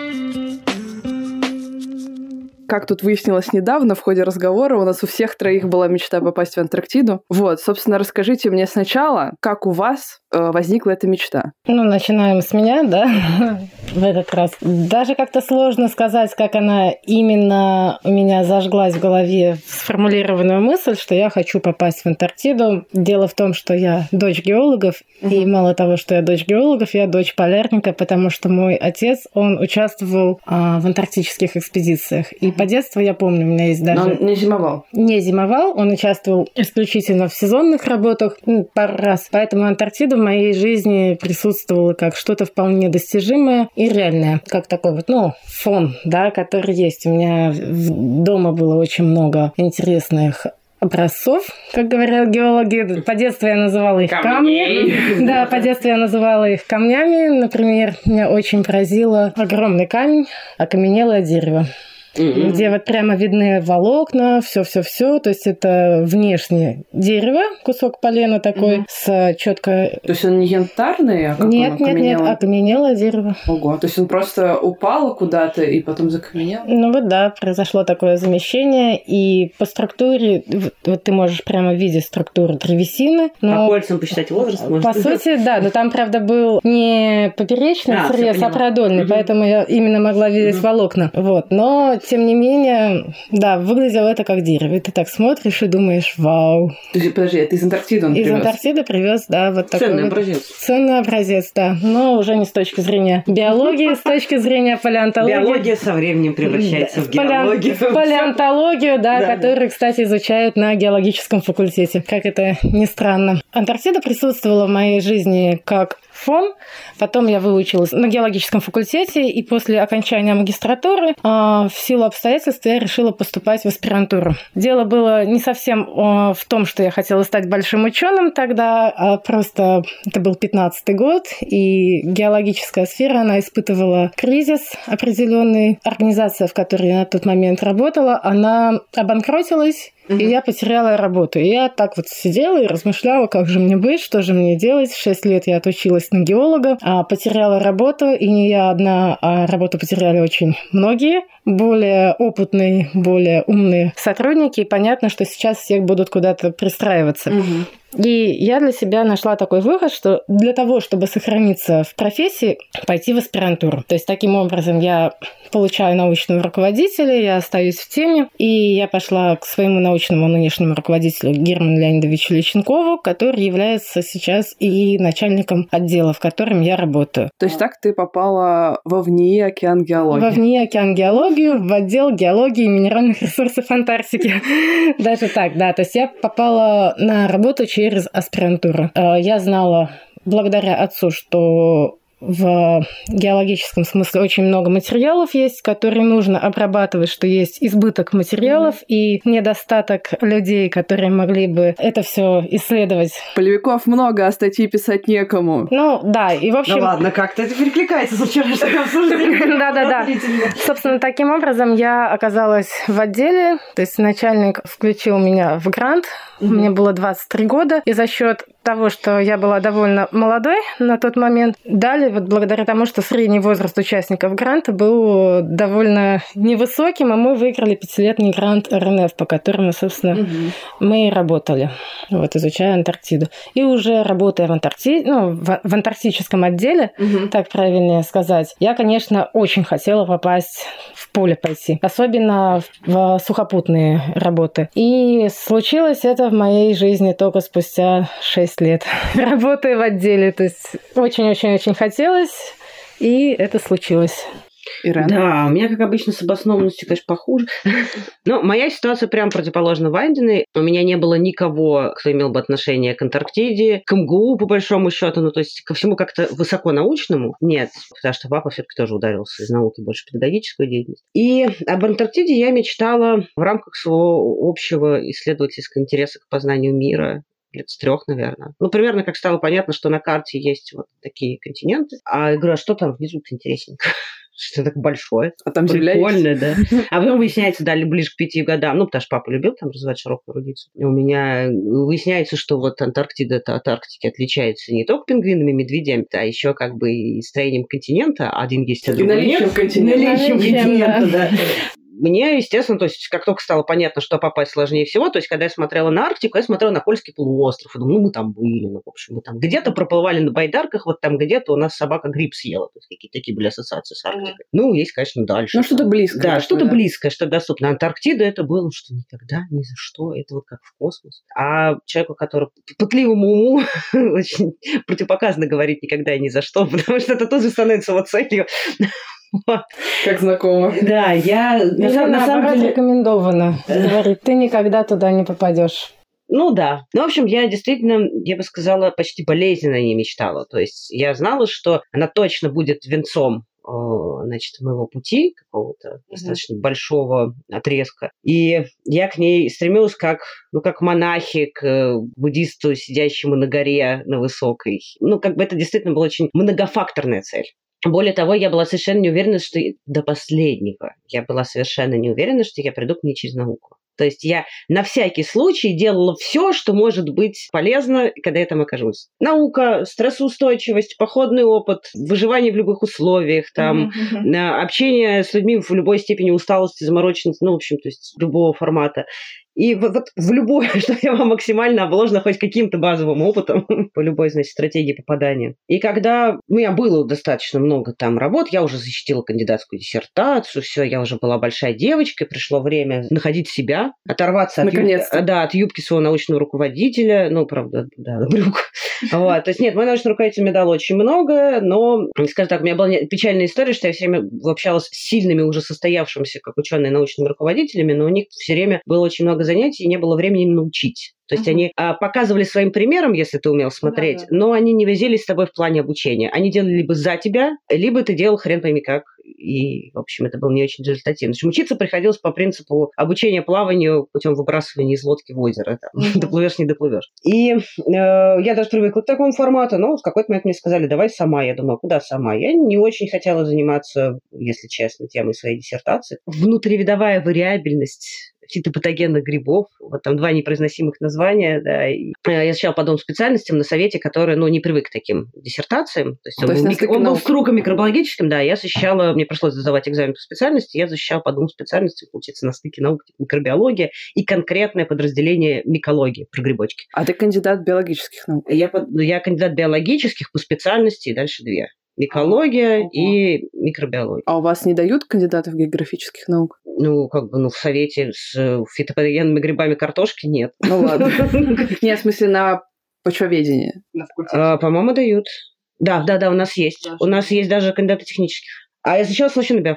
Как тут выяснилось недавно в ходе разговора, у нас у всех троих была мечта попасть в Антарктиду. Вот, собственно, расскажите мне сначала, как у вас э, возникла эта мечта? Ну, начинаем с меня, да, в этот раз. Даже как-то сложно сказать, как она именно у меня зажглась в голове, сформулированную мысль, что я хочу попасть в Антарктиду. Дело в том, что я дочь геологов, uh-huh. и мало того, что я дочь геологов, я дочь полярника, потому что мой отец, он участвовал а, в антарктических экспедициях. И по детству я помню, у меня есть даже... Но он не зимовал? Не зимовал, он участвовал исключительно в сезонных работах пару раз. Поэтому Антарктида в моей жизни присутствовала как что-то вполне достижимое и реальное. Как такой вот, ну, фон, да, который есть. У меня дома было очень много интересных образцов, как говорят геологи. По детству я называла их камнями. Да, по детству я называла их камнями. Например, меня очень поразило огромный камень, окаменелое дерево. Mm-hmm. Где вот прямо видны волокна, все-все-все. То есть это внешне дерево, кусок полена такой, mm-hmm. с четко. То есть он не янтарный, а как нет, он нет, нет, окаменелое дерево. Ого, то есть он просто упал куда-то и потом закаменел? Ну вот да, произошло такое замещение, и по структуре, вот, вот ты можешь прямо видеть структуру древесины. Но по кольцам посчитать возраст можно. По сути, да, но там, правда, был не поперечный а, срез, а продольный, mm-hmm. поэтому я именно могла видеть mm-hmm. волокна. Вот, но тем не менее, да, выглядело это как дерево. И ты так смотришь и думаешь, вау. Подожди, это из Антарктиды он из привез? Из Антарктиды привез, да, вот такой. Ценный вот. образец. Ценный образец, да. Но уже не с точки зрения биологии, с точки зрения палеонтологии. Биология со временем превращается в геологию. В палеонтологию, да, которую, кстати, изучают на геологическом факультете. Как это ни странно. Антарктида присутствовала в моей жизни как фон. Потом я выучилась на геологическом факультете, и после окончания магистратуры в силу обстоятельств я решила поступать в аспирантуру. Дело было не совсем в том, что я хотела стать большим ученым тогда, а просто это был пятнадцатый год, и геологическая сфера, она испытывала кризис определенный. Организация, в которой я на тот момент работала, она обанкротилась, Uh-huh. и я потеряла работу. И я так вот сидела и размышляла, как же мне быть, что же мне делать. В шесть лет я отучилась на геолога, а потеряла работу, и не я одна, а работу потеряли очень многие, более опытные, более умные сотрудники. И понятно, что сейчас всех будут куда-то пристраиваться. Uh-huh. И я для себя нашла такой выход, что для того, чтобы сохраниться в профессии, пойти в аспирантуру. То есть таким образом я получаю научного руководителя, я остаюсь в теме, и я пошла к своему научному нынешнему руководителю Герману Леонидовичу Личенкову, который является сейчас и начальником отдела, в котором я работаю. То есть так ты попала во ВНИИ океан геологии? Во ВНИИ океан геологию, в отдел геологии и минеральных ресурсов Антарктики. Даже так, да. То есть я попала на работу через аспирантуру. Я знала благодаря отцу, что в геологическом смысле очень много материалов есть, которые нужно обрабатывать, что есть избыток материалов mm-hmm. и недостаток людей, которые могли бы это все исследовать. Полевиков много, а статьи писать некому. Ну, да, и в общем... Ну ладно, как-то это перекликается со вчерашним обсуждением. Да-да-да. Собственно, таким образом я оказалась в отделе, то есть начальник включил меня в грант, мне было двадцать три года, и за счет того, что я была довольно молодой на тот момент, дали, вот благодаря тому, что средний возраст участников гранта был довольно невысоким, а мы выиграли пятилетний грант эр эн эф, по которому, собственно, угу. мы и работали, вот, изучая Антарктиду. И уже работая в Антарктиде, ну, в, в антарктическом отделе, угу. так правильнее сказать, я, конечно, очень хотела попасть в поле пойти, особенно в сухопутные работы. И случилось это в моей жизни только спустя шесть лет, работая в отделе. То есть очень-очень-очень хотелось, и это случилось. Ирен? Да, у меня, как обычно, с обоснованностью, конечно, похуже. Но моя ситуация прям противоположна Вандиной. У меня не было никого, кто имел бы отношение к Антарктиде, к эм гэ у, по большому счету, ну, то есть ко всему как-то высоконаучному. Нет, потому что папа все-таки тоже ударился из науки больше в педагогическую деятельность. И об Антарктиде я мечтала в рамках своего общего исследовательского интереса к познанию мира, лет с трех, наверное. Ну, примерно как стало понятно, что на карте есть вот такие континенты. А я говорю, а что там внизу-то интересненько? Что так большое. А там прикольно, да. А потом выясняется, дали ближе к пяти годам, ну, потому что папа любил там развивать широкую эрудицию. У меня выясняется, что вот Антарктида-то от Арктики отличается не только пингвинами, медведями, а еще как бы и строением континента. Один есть, а другой нет. Наличием континента, да. Мне, естественно, то есть как только стало понятно, что попасть сложнее всего, то есть когда я смотрела на Арктику, я смотрела на Кольский полуостров, и думаю, ну, мы там были, ну, в общем, мы там где-то проплывали на байдарках, вот там где-то у нас собака гриб съела, то есть какие-то такие были ассоциации с Арктикой. Mm-hmm. Ну, есть, конечно, дальше. Ну, что-то близкое. Да, что-то да. близкое, что доступно. Антарктида это было, что никогда, ни за что, это вот как в космос. А человеку, который пытливому уму, очень противопоказано говорить никогда и ни за что, потому что это тоже становится его целью. Вот. Как знакомо. Да, я на, на, на самом деле рекомендовано говорить, ты никогда туда не попадешь. Ну да. Ну, в общем, я действительно, я бы сказала, почти болезненно не мечтала. То есть я знала, что она точно будет венцом, значит, моего пути, какого-то mm-hmm. достаточно большого отрезка. И я к ней стремилась как, ну, как монахи к буддисту, сидящему на горе, на высокой. Ну, как бы это действительно была очень многофакторная цель. Более того, я была совершенно не уверена, что до последнего я была совершенно не уверена, что я приду к ней через науку. То есть я на всякий случай делала все, что может быть полезно, когда я там окажусь. Наука, стрессоустойчивость, походный опыт, выживание в любых условиях, там, mm-hmm. общение с людьми в любой степени усталости, замороченности, ну, в общем, то есть любого формата. И вот, вот в любое, что я вам максимально обложена хоть каким-то базовым опытом по любой, значит, стратегии попадания. И когда у меня было достаточно много там работ, я уже защитила кандидатскую диссертацию, все, я уже была большая девочка, пришло время находить себя, оторваться от, юбки, да, от юбки своего научного руководителя, ну, правда, да, брюк. Вот. То есть, нет, мой научный руководитель мне дал очень много, но, скажем так, у меня была печальная история, что я все время общалась с сильными, уже состоявшимися, как ученые, научными руководителями, но у них все время было очень много занятий, и не было времени им научить. То есть uh-huh. они а, показывали своим примером, если ты умел смотреть, uh-huh. но они не возились с тобой в плане обучения. Они делали либо за тебя, либо ты делал хрен пойми как. И, в общем, это было не очень результативно. В общем, учиться приходилось по принципу обучения плаванию путем выбрасывания из лодки в озеро. Uh-huh. Доплывешь, не доплывешь. И э, я даже привыкла к такому формату, но в какой-то момент мне сказали, давай сама. Я думала, куда сама? Я не очень хотела заниматься, если честно, темой своей диссертации. Внутривидовая вариабельность фитопатогенных грибов. Вот там два непроизносимых названия. Да. И я защищала по двум специальностям на совете, который, ну, не привык к таким диссертациям. То есть он, То есть был, микро... он был в кругом микробиологическим, да. Я защищала, мне пришлось сдавать экзамен по специальности, я защищала по двум специальностям, получается, на стыке наук микробиология и конкретное подразделение микологии про грибочки. А ты кандидат биологических наук? Я, я кандидат биологических по специальности и дальше две. Микология uh-huh. и микробиология. А у вас не дают кандидатов географических наук? Ну, как бы, ну, в совете с фитопатогенными грибами картошки нет. Ну, ладно. Нет, в смысле, на почвоведение. По-моему, дают. Да, да, да, у нас есть. У нас есть даже кандидаты технических. А я защищалась вообще на биофаке.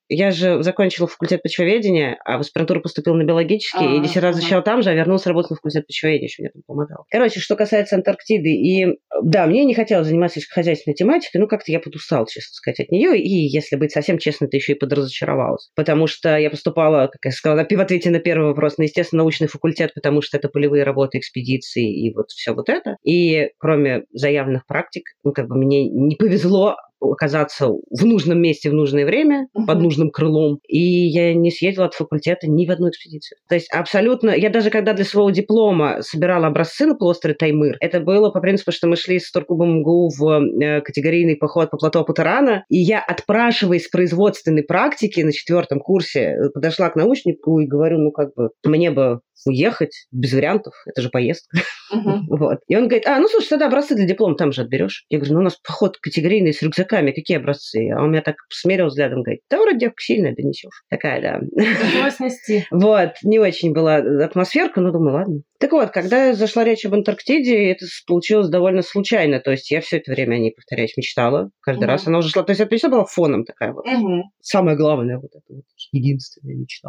Я же закончила факультет почвоведения, а в аспирантуру поступила на биологический, А-а-а. и десять раз защищала там же, а вернулась работать на факультет почвоведения, еще мне там помотала. Короче, что касается Антарктиды, и да, мне не хотелось заниматься сельскохозяйственной тематикой, ну как-то я подустала, честно сказать, от нее, и, если быть совсем честной, то еще и подразочаровалась. Потому что я поступала, как я сказала, в ответе на первый вопрос, на естественно-научный факультет, потому что это полевые работы, экспедиции и вот все вот это. И кроме заявленных практик, ну как бы мне не повезло оказаться в нужном месте в нужное время, uh-huh. под нужным крылом. И я не съездила от факультета ни в одну экспедицию. То есть абсолютно... Я даже когда для своего диплома собирала образцы на полуострове Таймыр, это было по принципу, что мы шли с Турклубом МГУ в категорийный поход по плато Путарана, и я, отпрашиваясь с производственной практики на четвертом курсе, подошла к научнику и говорю, ну как бы, мне бы уехать без вариантов, это же поездка. Uh-huh. Вот. И он говорит, а, ну слушай, тогда образцы для диплома там же отберешь. Я говорю, ну у нас поход категорийный с рюкзаками, какие образцы? А он меня так посмотрел взглядом, говорит, да вроде девка сильная, донесешь. Такая, да. Его снести. Вот, не очень была атмосферка, но думаю, ладно. Так вот, когда зашла речь об Антарктиде, это получилось довольно случайно. То есть я все это время о ней, повторяюсь, мечтала. Каждый uh-huh. раз она уже шла. То есть это мечта была фоном такая вот. Uh-huh. Самое главное, вот это вот единственная мечта.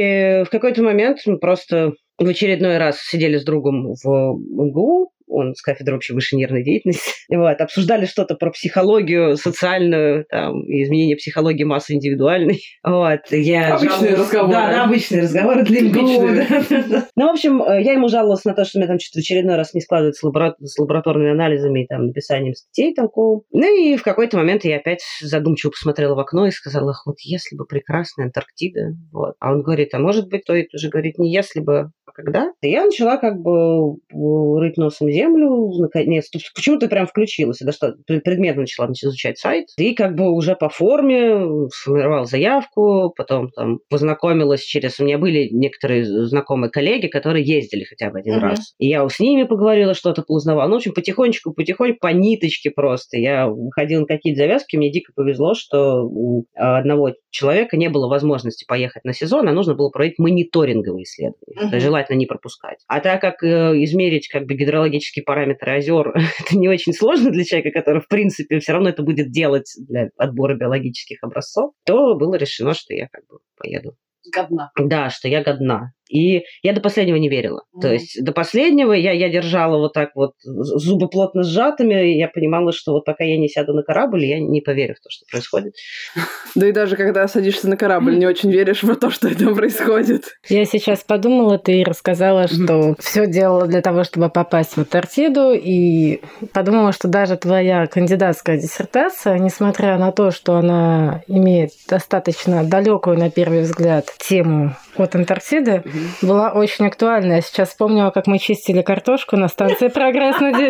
И в какой-то момент мы просто в очередной раз сидели с другом в МГУ, он с кафедры общей высшей нервной деятельности, вот, обсуждали что-то про психологию социальную, там, изменение психологии массы индивидуальной. Вот, я обычные жаловалась... разговоры. Да, да, обычные разговоры для МГУ. Да. Ну, в общем, я ему жаловалась на то, что у меня там что-то в очередной раз не складывается с, лабора... с лабораторными анализами и там, написанием статей такого. Ну и в какой-то момент я опять задумчиво посмотрела в окно и сказала, вот если бы прекрасная Антарктида. Вот. А он говорит, а может быть, стоит уже говорить не если бы, а когда? И я начала как бы рыть носом землю, наконец. Почему-то прям включилась. Я даже предметно начала изучать сайт. И как бы уже по форме сформировала заявку, потом там познакомилась через... У меня были некоторые знакомые коллеги, которые ездили хотя бы один uh-huh. раз. И я с ними поговорила, что-то поузнавала. Ну, в общем, потихонечку, потихоньку, по ниточке просто. Я выходила на какие-то завязки, мне дико повезло, что у одного человека не было возможности поехать на сезон, а нужно было проводить мониторинговые исследования. Uh-huh. То есть желательно не пропускать. А так как э, измерить как бы гидрологические параметры озер, это не очень сложно для человека, который, в принципе, все равно это будет делать для отбора биологических образцов, то было решено, что я как бы поеду. Годна. Да, что я годна. И я до последнего не верила. Mm. То есть до последнего я, я держала вот так вот зубы плотно сжатыми, и я понимала, что вот пока я не сяду на корабль, я не поверю в то, что происходит. Да и даже когда садишься на корабль, не очень веришь в то, что это происходит. Я сейчас подумала, ты рассказала, что все делала для того, чтобы попасть в Антарктиду, и подумала, что даже твоя кандидатская диссертация, несмотря на то, что она имеет достаточно далекую, на первый взгляд, тему от Антарктиды, была очень актуальна. Я сейчас вспомнила, как мы чистили картошку на станции «Прогресс» на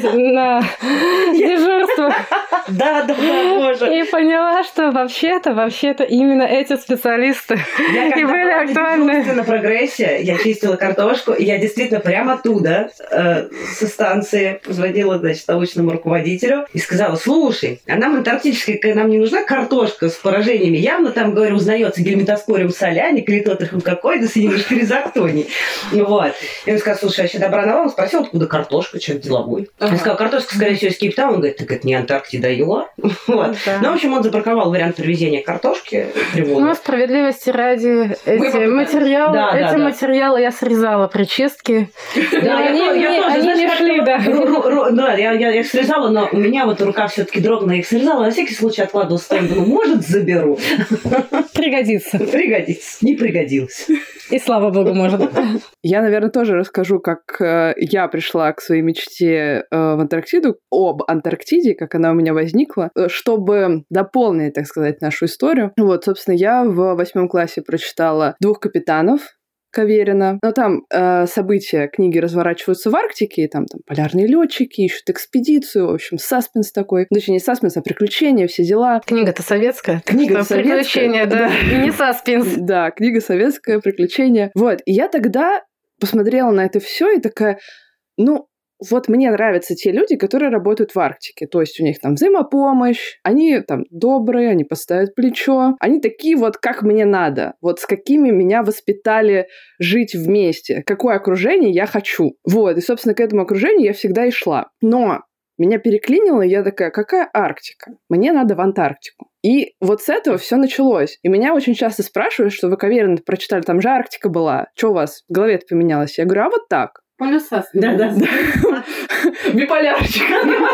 дежурствах. Да, да, боже. И поняла, что вообще-то, вообще-то именно эти специалисты и были актуальны. На «Прогрессе» я чистила картошку, и я действительно прямо оттуда, со станции, позвонила, значит, научному руководителю и сказала, слушай, а нам антарктическая, нам не нужна картошка с поражениями. Явно там, говорю, узнается гельминтоспориум соляни, калитотрихум какой-то, синемышкризоктоний. Вот. И он сказал, слушай, я еще добра на вам, спросил, откуда картошка, человек деловой. Ага. Я сказала, картошка, скорее всего, из Кейптауна. Он говорит, так это не Антарктида, а ЮАР. Вот. Да. Ну, в общем, он запарковал вариант привезения картошки. Ну, справедливости ради, эти материалы, да, эти да, материалы да. я срезала при чистке. Да, они не шли, да. Да, я их срезала, но у меня вот рука все-таки дрогнула, я их срезала, на всякий случай откладывала в сторону, думаю, может, заберу. Пригодится. Пригодится. Не пригодилось. И слава богу, может. Я, наверное, тоже расскажу, как э, я пришла к своей мечте э, в Антарктиду, об Антарктиде, как она у меня возникла, чтобы дополнить, так сказать, нашу историю. Вот, собственно, я в восьмом классе прочитала «Двух капитанов» Каверина. Но там э, события книги разворачиваются в Арктике, и там, там полярные летчики ищут экспедицию, в общем, саспенс такой. Ну, точнее, не саспенс, а приключения, все дела. Книга-то советская. Книга советская. Приключения, да. И не саспенс. Да, книга советская, приключения. Вот. И я тогда посмотрела на это все и такая, ну, вот мне нравятся те люди, которые работают в Арктике. То есть у них там взаимопомощь, они там добрые, они поставят плечо. Они такие вот, как мне надо. Вот с какими меня воспитали жить вместе. Какое окружение я хочу. Вот. И, собственно, к этому окружению я всегда и шла. Но меня переклинило, и я такая, какая Арктика? Мне надо в Антарктику. И вот с этого все началось. И меня очень часто спрашивают, что вы, Каверин, прочитали, там же Арктика была. Что у вас в голове-то поменялось? Я говорю, а вот так. Полюса. Да-да. Биполярчик.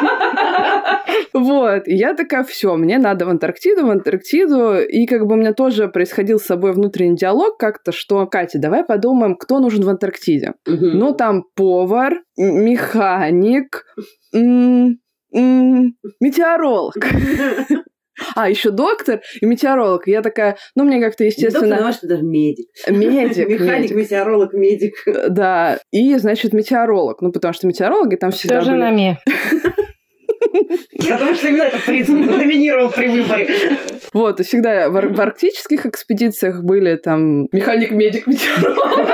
Вот. И я такая, все, мне надо в Антарктиду, в Антарктиду. И как бы у меня тоже происходил с собой внутренний диалог как-то, что, Катя, давай подумаем, кто нужен в Антарктиде. Ну, там повар, механик, метеоролог. А, еще доктор и метеоролог. И я такая, ну, мне как-то, естественно... Доктор, что даже медик. Медик. Механик, метеоролог, медик. Да. И, значит, метеоролог. Ну, потому что метеорологи там всегда Тоже были... на ме. Потому что именно этот принцип доминировал при выборе. Вот, и всегда в, в арктических экспедициях были там механик, медик, метеоролог.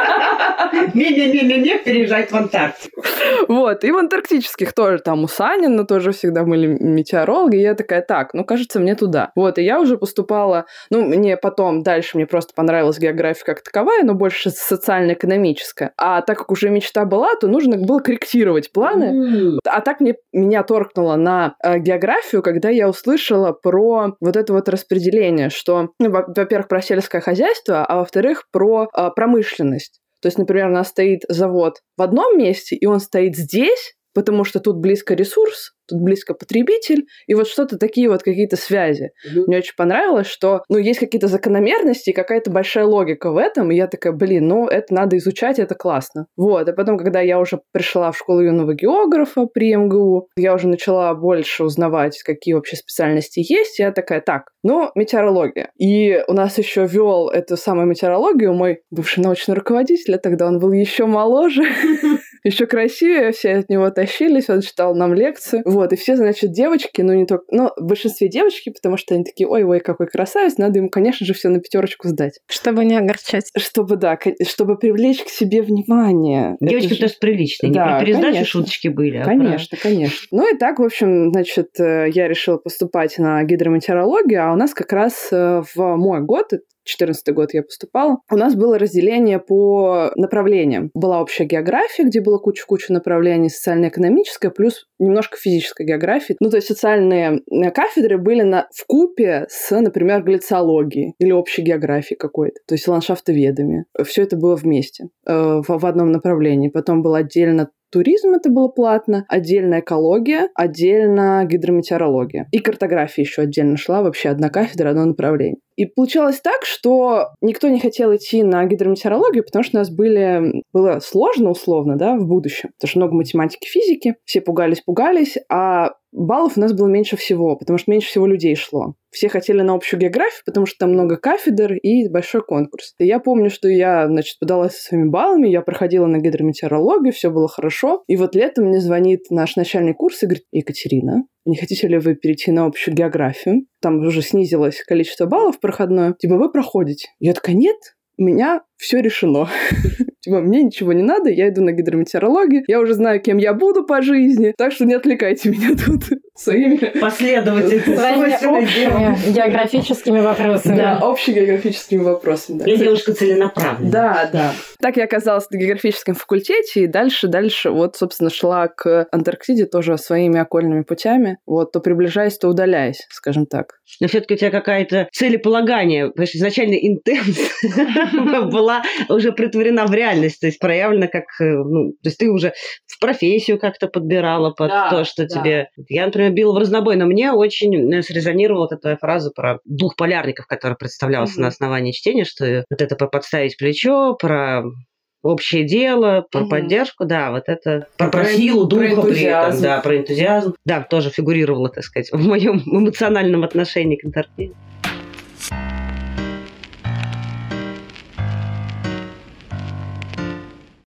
Не-не-не-не, переезжать в Антарктику. Вот, и в антарктических тоже там у Санина тоже всегда были метеорологи. И я такая, так, ну, кажется, мне туда. Вот, и я уже поступала, ну, мне потом, дальше мне просто понравилась география как таковая, но больше социально-экономическая. А так как уже мечта была, то нужно было корректировать планы. Mm. А так мне, меня торкнуло на э, географию, когда я услышала про вот это вот распределение, что, ну, во-первых, про сельское хозяйство, а во-вторых, про э, промышленность. То есть, например, у нас стоит завод в одном месте, и он стоит здесь, потому что тут близко ресурс, тут близко потребитель, и вот что-то такие вот какие-то связи. Mm-hmm. Мне очень понравилось, что, ну, есть какие-то закономерности и какая-то большая логика в этом, и я такая, блин, ну, это надо изучать, это классно. Вот, а потом, когда я уже пришла в школу юного географа при эм гэ у, я уже начала больше узнавать, какие вообще специальности есть, и я такая, так, ну, метеорология. И у нас еще вел эту самую метеорологию мой бывший научный руководитель, а тогда он был еще моложе, еще красивее, все от него тащились, он читал нам лекцию. Вот, и все, значит, девочки, ну, не только... Ну, в большинстве девочки, потому что они такие, ой-ой, какой красавец, надо ему, конечно же, все на пятерочку сдать. Чтобы не огорчать. Чтобы, да, чтобы привлечь к себе внимание. Девочки тоже приличные, не да, про пересдачу конечно. шуточки были. А конечно, про... конечно. Ну, и так, в общем, значит, я решила поступать на гидрометеорологию, а у нас как раз в мой год, четырнадцатый год я поступала, у нас было разделение по направлениям. Была общая география, где было куча-куча направлений, социально-экономическая, плюс немножко физической географии. Ну, то есть социальные кафедры были на, вкупе с, например, глициологией или общей географией какой-то, то есть ландшафтоведами. Все это было вместе, э, в, в одном направлении. Потом было отдельно туризм, это было платно, отдельно экология, отдельно гидрометеорология. И картография еще отдельно шла, вообще одна кафедра, одно направление. И получалось так, что никто не хотел идти на гидрометеорологию, потому что у нас были, было сложно условно, да, в будущем. Потому что много математики, физики, все пугались-пугались, а баллов у нас было меньше всего, потому что меньше всего людей шло. Все хотели на общую географию, потому что там много кафедр и большой конкурс. И я помню, что я, значит, подалась со своими баллами, я проходила на гидрометеорологию, все было хорошо. И вот летом мне звонит наш начальник курса и говорит: Екатерина, не хотите ли вы перейти на общую географию? Там уже снизилось количество баллов проходное. Типа, вы проходите. Я такая, нет, у меня все решено. Типа, мне ничего не надо, я иду на гидрометеорологию, я уже знаю, кем я буду по жизни, так что не отвлекайте меня тут своими... Последовательными. Своими географическими вопросами. Да, общегеографическими вопросами. Я девушка целенаправленная. Да, да. Так я оказалась на географическом факультете, и дальше, дальше, вот, собственно, шла к Антарктиде тоже своими окольными путями, вот, то приближаясь, то удаляясь, скажем так. Но все-таки у тебя какая-то целеполагание, потому что изначально интенс была уже притворена в реальность, то есть проявлена как, ну, то есть ты уже в профессию как-то подбирала под да, то, что да. тебе... Я, например, била в разнобой, но мне очень срезонировала эта твоя фраза про двух полярников, которая представлялась mm-hmm. на основании чтения, что вот это про подставить плечо, про общее дело, про mm-hmm. поддержку, да, вот это про, про, про силу духа, про при этом, да, про энтузиазм. Да, тоже фигурировало, так сказать, в моем эмоциональном отношении к Антарктиде.